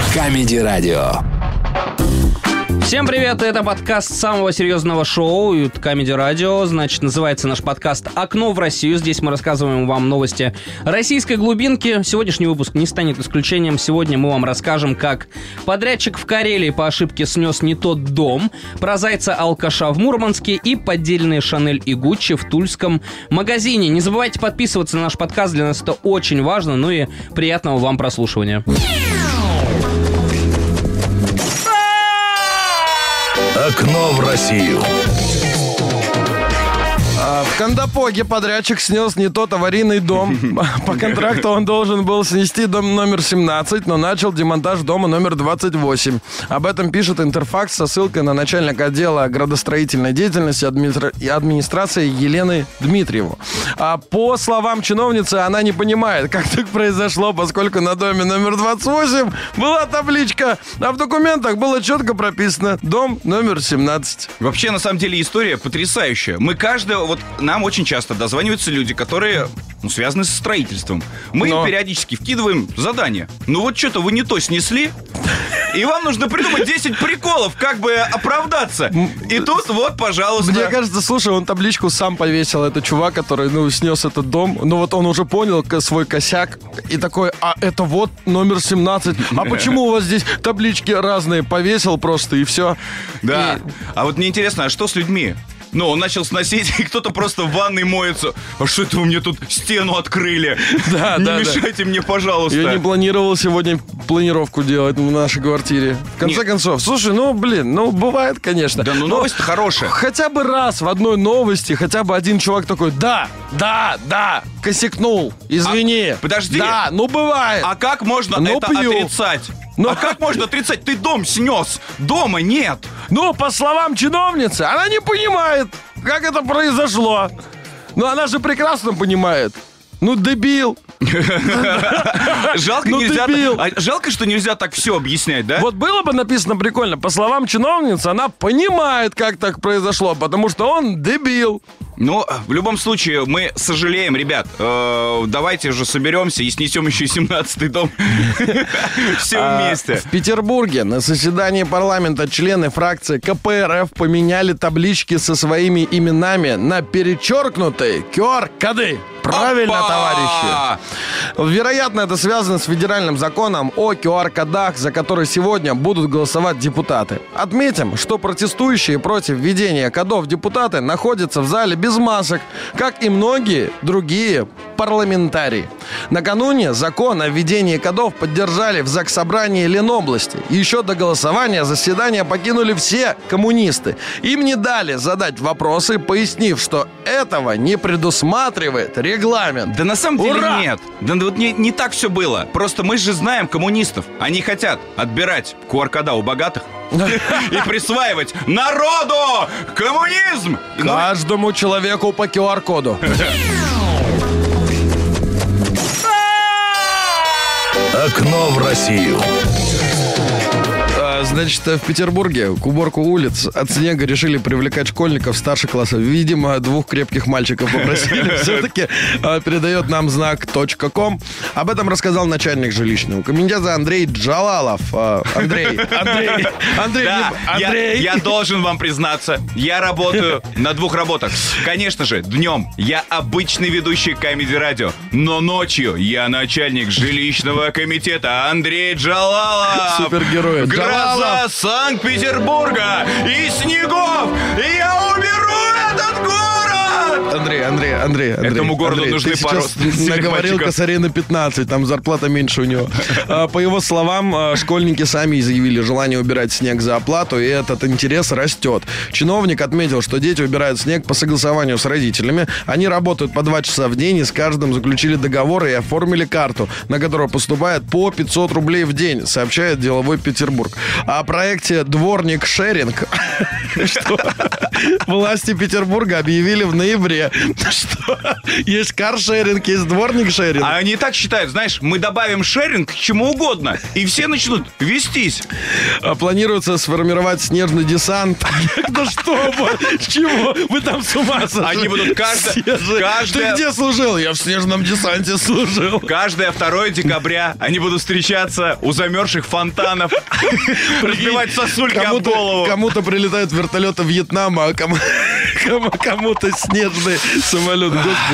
Камеди-радио. Всем привет, это подкаст самого серьезного шоу Камеди Радио. Значит, называется наш подкаст «Окно в Россию». Здесь мы рассказываем вам новости российской глубинки. Сегодняшний выпуск не станет исключением. Сегодня мы вам расскажем, как подрядчик в Карелии по ошибке снес не тот дом, про зайца-алкаша в Мурманске и поддельные Шанель и Гуччи в тульском магазине. Не забывайте подписываться на наш подкаст, для нас это очень важно. Ну и приятного вам прослушивания. Окно в Россию. В Кандапоге подрядчик снес не тот аварийный дом. По контракту он должен был снести дом номер 17, но начал демонтаж дома номер 28. Об этом пишет Интерфакс со ссылкой на начальника отдела градостроительной деятельности и администрации Елены Дмитриеву. По словам чиновницы, она не понимает, как так произошло, поскольку на доме номер 28 была табличка, а в документах было четко прописано «дом номер 17». Вообще, на самом деле, история потрясающая. Нам очень часто дозваниваются люди, которые, связаны со строительством. Мы им периодически вкидываем задания. Что-то вы не то снесли, и вам нужно придумать 10 приколов, как бы оправдаться. И тут пожалуйста. Мне кажется, слушай, он табличку сам повесил. Это чувак, который, снес этот дом. Он уже понял свой косяк. И такой, это номер 17. А почему у вас здесь таблички разные? Повесил просто, и все. Да. А мне интересно, а что с людьми? Он начал сносить, и кто-то просто в ванной моется. А что это вы мне тут стену открыли? Не мешайте мне, пожалуйста. Я не планировал сегодня планировку делать в нашей квартире. В конце концов, слушай, бывает, конечно. Да, новость-то хорошая. Хотя бы раз в одной новости, хотя бы один чувак такой, да, косякнул, извини. Подожди. Да, бывает. А как можно это отрицать? Как можно отрицать? Ты дом снес. Дома нет. По словам чиновницы, она не понимает, как это произошло. Она же прекрасно понимает. Дебил. Жалко, что нельзя так все объяснять, да? Было бы написано прикольно. По словам чиновницы, она понимает, как так произошло, потому что он дебил. В любом случае, мы сожалеем, ребят. Давайте же соберемся и снесем еще 17-й дом. Все вместе. В Петербурге на заседании парламента члены фракции КПРФ поменяли таблички со своими именами на перечеркнутые QR-коды. Правильно, товарищи. Вероятно, это связано с федеральным законом о QR-кодах, за который сегодня будут голосовать депутаты. Отметим, что протестующие против введения кодов депутаты находятся в зале без масок, как и многие другие парламентарии. Накануне закон о введении кодов поддержали в Заксобрании Ленобласти. Еще до голосования заседание покинули все коммунисты. Им не дали задать вопросы, пояснив, что этого не предусматривает регламент. Да на самом деле нет. Да не так все было. Просто мы же знаем коммунистов. Они хотят отбирать QR-кода у богатых и присваивать народу коммунизм. Каждому человеку по QR-коду. Окно в Россию. Значит, в Петербурге к уборку улиц от снега решили привлекать школьников старших классов. Видимо, 2 крепких мальчиков попросили. Все-таки передает нам знак .com. Об этом рассказал начальник жилищного комитета Андрей Джалалов. Андрей. Я должен вам признаться, я работаю на 2 работах. Конечно же, днем я обычный ведущий Камеди Радио, но ночью я начальник жилищного комитета Андрей Джалалов. Супергерой. Гроза Санкт-Петербурга и снегов! И я уберу этот город! Андрей. Этому городу нужны пару наговорил косарей на 15, там зарплата меньше у него. По его словам, школьники сами изъявили желание убирать снег за оплату, и этот интерес растет. Чиновник отметил, что дети убирают снег по согласованию с родителями. Они работают по 2 часа в день, и с каждым заключили договор и оформили карту, на которую поступает по 500 рублей в день, сообщает Деловой Петербург. О проекте «Дворник Шеринг» Власти Петербурга объявили в ноябре, что есть каршеринг, есть дворник-шеринг. А они и так считают, знаешь, мы добавим шеринг к чему угодно, и все начнут вестись. Планируется сформировать снежный десант. Да что вы? Чего? Вы там с ума сошли? Они будут каждое... Ты где служил? Я в снежном десанте служил. Каждое 2 декабря они будут встречаться у замерзших фонтанов, разбивать сосульки об голову. Кому-то прилетают вертолеты Вьетнама, а кому-то снежный самолет.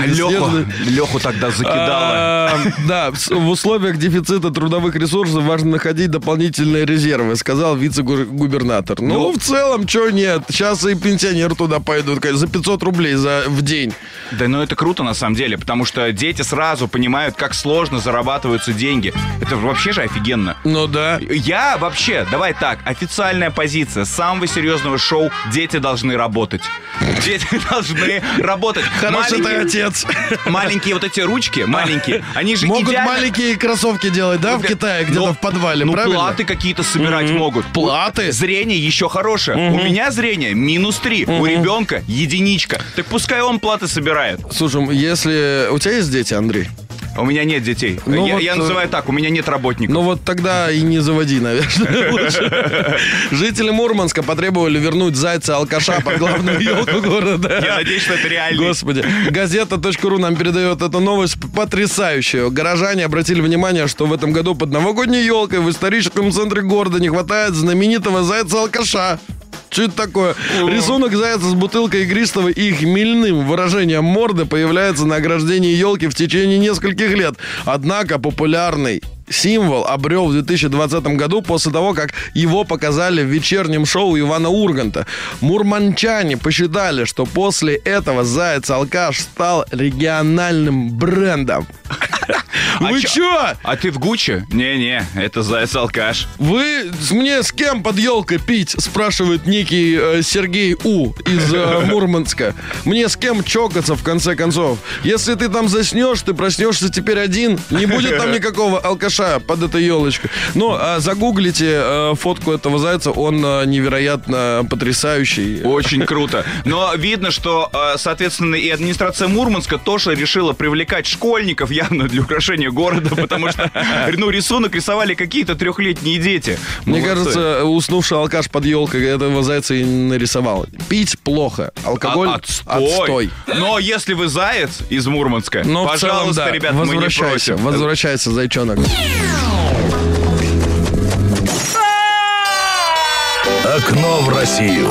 Леху тогда закидало. Да, в условиях дефицита трудовых ресурсов важно находить дополнительные резервы, сказал вице-губернатор. Ну, в целом, чего нет? Сейчас и пенсионеры туда пойдут за 500 рублей в день. Да, ну это круто на самом деле, потому что дети сразу понимают, как сложно зарабатываются деньги. Это вообще же офигенно. Ну да. Я вообще, давай так, официальная позиция самого серьезного шоу: дети должны работать. Дети должны работать. Хороший ты отец. Маленькие вот эти ручки, маленькие, они же могут идеально... маленькие кроссовки делать, да, в Китае, где-то в подвале, правильно? Платы какие-то собирать могут. Платы? Зрение еще хорошее. У меня зрение -3, у ребенка 1. Так пускай он платы собирает. Слушай, если... У тебя есть дети, Андрей? У меня нет детей. Я называю так, у меня нет работников. Ну вот тогда и не заводи, наверное. Жители Мурманска потребовали вернуть зайца-алкаша под главную елку города. Я надеюсь, что это реально. Господи. Газета.ру нам передает эту новость потрясающую. Горожане обратили внимание, что в этом году под новогодней елкой в историческом центре города не хватает знаменитого зайца-алкаша. Что это такое? Рисунок зайца с бутылкой игристого и хмельным выражением морды появляется на ограждении елки в течение нескольких лет. Однако популярный символ обрел в 2020 году после того, как его показали в вечернем шоу Ивана Урганта. Мурманчане посчитали, что после этого заяц-алкаш стал региональным брендом. Вы чё? А ты в Гуччи? Не-не, это заяц-алкаш. Вы мне с кем под елкой пить? Спрашивает некий Сергей У из Мурманска. Мне с кем чокаться, в конце концов? Если ты там заснешь, ты проснешься теперь один. Не будет там никакого алкаша под этой елочкой. Ну, загуглите фотку этого зайца. Он невероятно потрясающий. Очень круто. Но видно, что, соответственно, и администрация Мурманска тоже решила привлекать школьников явно для украшения города, потому что, рисунок рисовали какие-то 3-летние дети. Мне кажется, уснувший алкаш под елкой этого зайца и нарисовал. Пить плохо. Алкоголь отстой. Но если вы заяц из Мурманска, пожалуйста, ребят, мы не просим. Возвращайся, зайчонок. Окно в Россию.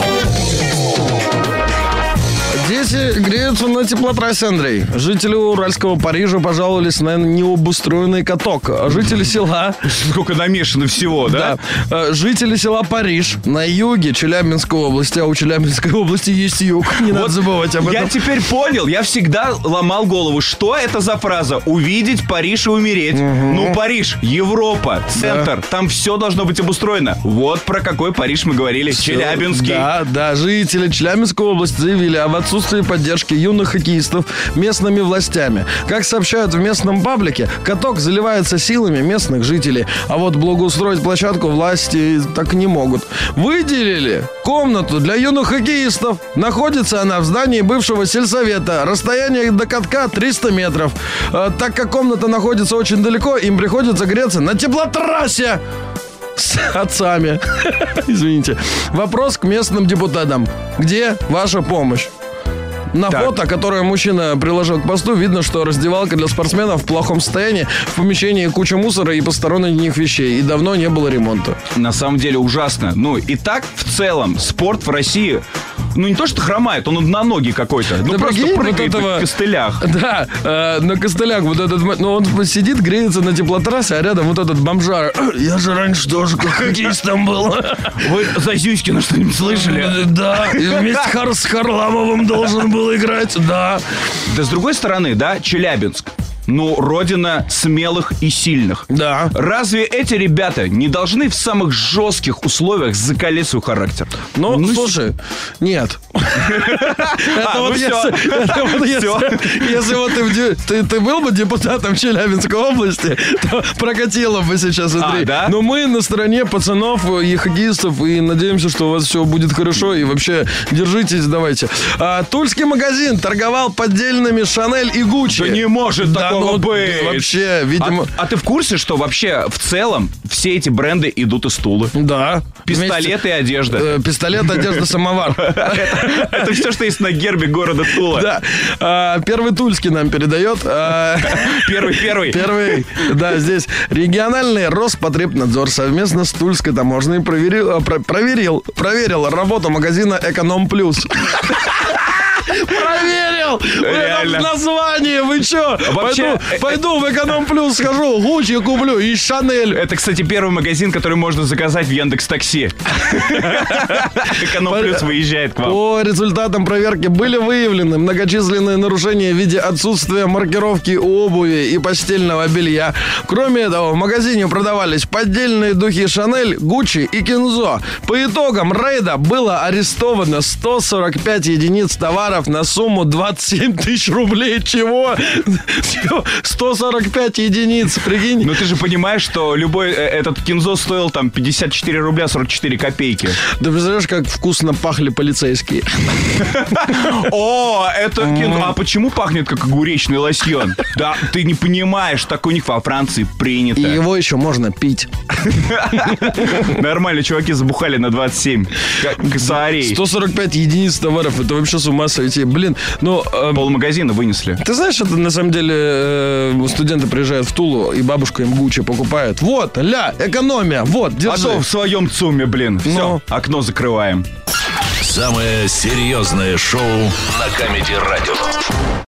Дети греются на теплотрассе, Андрей. Жители Уральского Парижа пожаловались на необустроенный каток. Жители села... Сколько намешано всего, да? Да. Жители села Париж на юге Челябинской области. А у Челябинской области есть юг. Не надо забывать об этом. Я теперь понял. Я всегда ломал голову. Что это за фраза? Увидеть Париж и умереть. Ну, Париж, Европа, центр. Да. Там все должно быть обустроено. Вот про какой Париж мы говорили. Все. Челябинский. Да. Жители Челябинской области заявили об отсутствии поддержки юных хоккеистов местными властями. Как сообщают в местном паблике, каток заливается силами местных жителей. А вот благоустроить площадку власти так не могут. Выделили комнату для юных хоккеистов. Находится она в здании бывшего сельсовета. Расстояние до катка 300 метров. Так как комната находится очень далеко, им приходится греться на теплотрассе с отцами. Извините. Вопрос к местным депутатам. Где ваша помощь? На фото, которое мужчина приложил к посту, видно, что раздевалка для спортсменов в плохом состоянии, в помещении куча мусора и посторонних вещей, и давно не было ремонта. На самом деле ужасно. Ну, и так, в целом, спорт в России, ну, не то, что хромает, он одноногий какой-то. Ну, да, просто прыгает на костылях. Да, на костылях вот этот... Ну, он сидит, греется на теплотрассе, а рядом вот этот бомжар. Я же раньше тоже как хоккеистом был. Вы за Зюськина что-нибудь слышали? Да, и вместе с Харламовым должен был играть, да. Да, с другой стороны, да, Челябинск. родина смелых и сильных. Да. Разве эти ребята не должны в самых жестких условиях закалить свой характер? Слушай, нет. Это вот если вот ты был бы депутатом Челябинской области, то прокатило бы сейчас, смотри. Да? Но мы на стороне пацанов и хоккеистов, и надеемся, что у вас все будет хорошо, и вообще держитесь, давайте. Тульский магазин торговал поддельными Шанель и Гуччи. Да не может такого быть. Вообще, видимо... А ты в курсе, что вообще в целом все эти бренды идут из Тулы? Да. Пистолеты и одежда. Пистолет, одежда, самовар. Это все, что есть на гербе города Тула. Да. Первый Тульский нам передает. Первый. Да, здесь региональный Роспотребнадзор совместно с Тульской таможней проверил работу магазина «Эконом Плюс». Проверил! Реально. В названии, вы чё? Вообще, Пойду в Эконом Плюс схожу, Гуччи куплю и Шанель. Это, кстати, первый магазин, который можно заказать в Яндекс.Такси. Эконом Плюс выезжает к вам. По результатам проверки были выявлены многочисленные нарушения в виде отсутствия маркировки обуви и постельного белья. Кроме этого, в магазине продавались поддельные духи Шанель, Гуччи и Кензо. По итогам рейда было арестовано 145 единиц товаров на сумму 27 тысяч рублей. Чего? 145 единиц, прикинь. Ну ты же понимаешь, что любой этот Кензо стоил там 54 рубля 44 копейки. Да представляешь, как вкусно пахли полицейские. О, это Кензо. А почему пахнет как огуречный лосьон? Да, ты не понимаешь, так у них во Франции принято. И его еще можно пить. Нормально, чуваки забухали на 27. Как саарей. 145 единиц товаров, это вообще с ума сойти. Блин, полмагазина вынесли. Ты знаешь, это на самом деле студенты приезжают в Тулу, и бабушка им Гуччи покупает. Вот, экономия, вот, держи. А то в своем ЦУМе, блин. Все, окно закрываем. Самое серьезное шоу на Камеди Радио.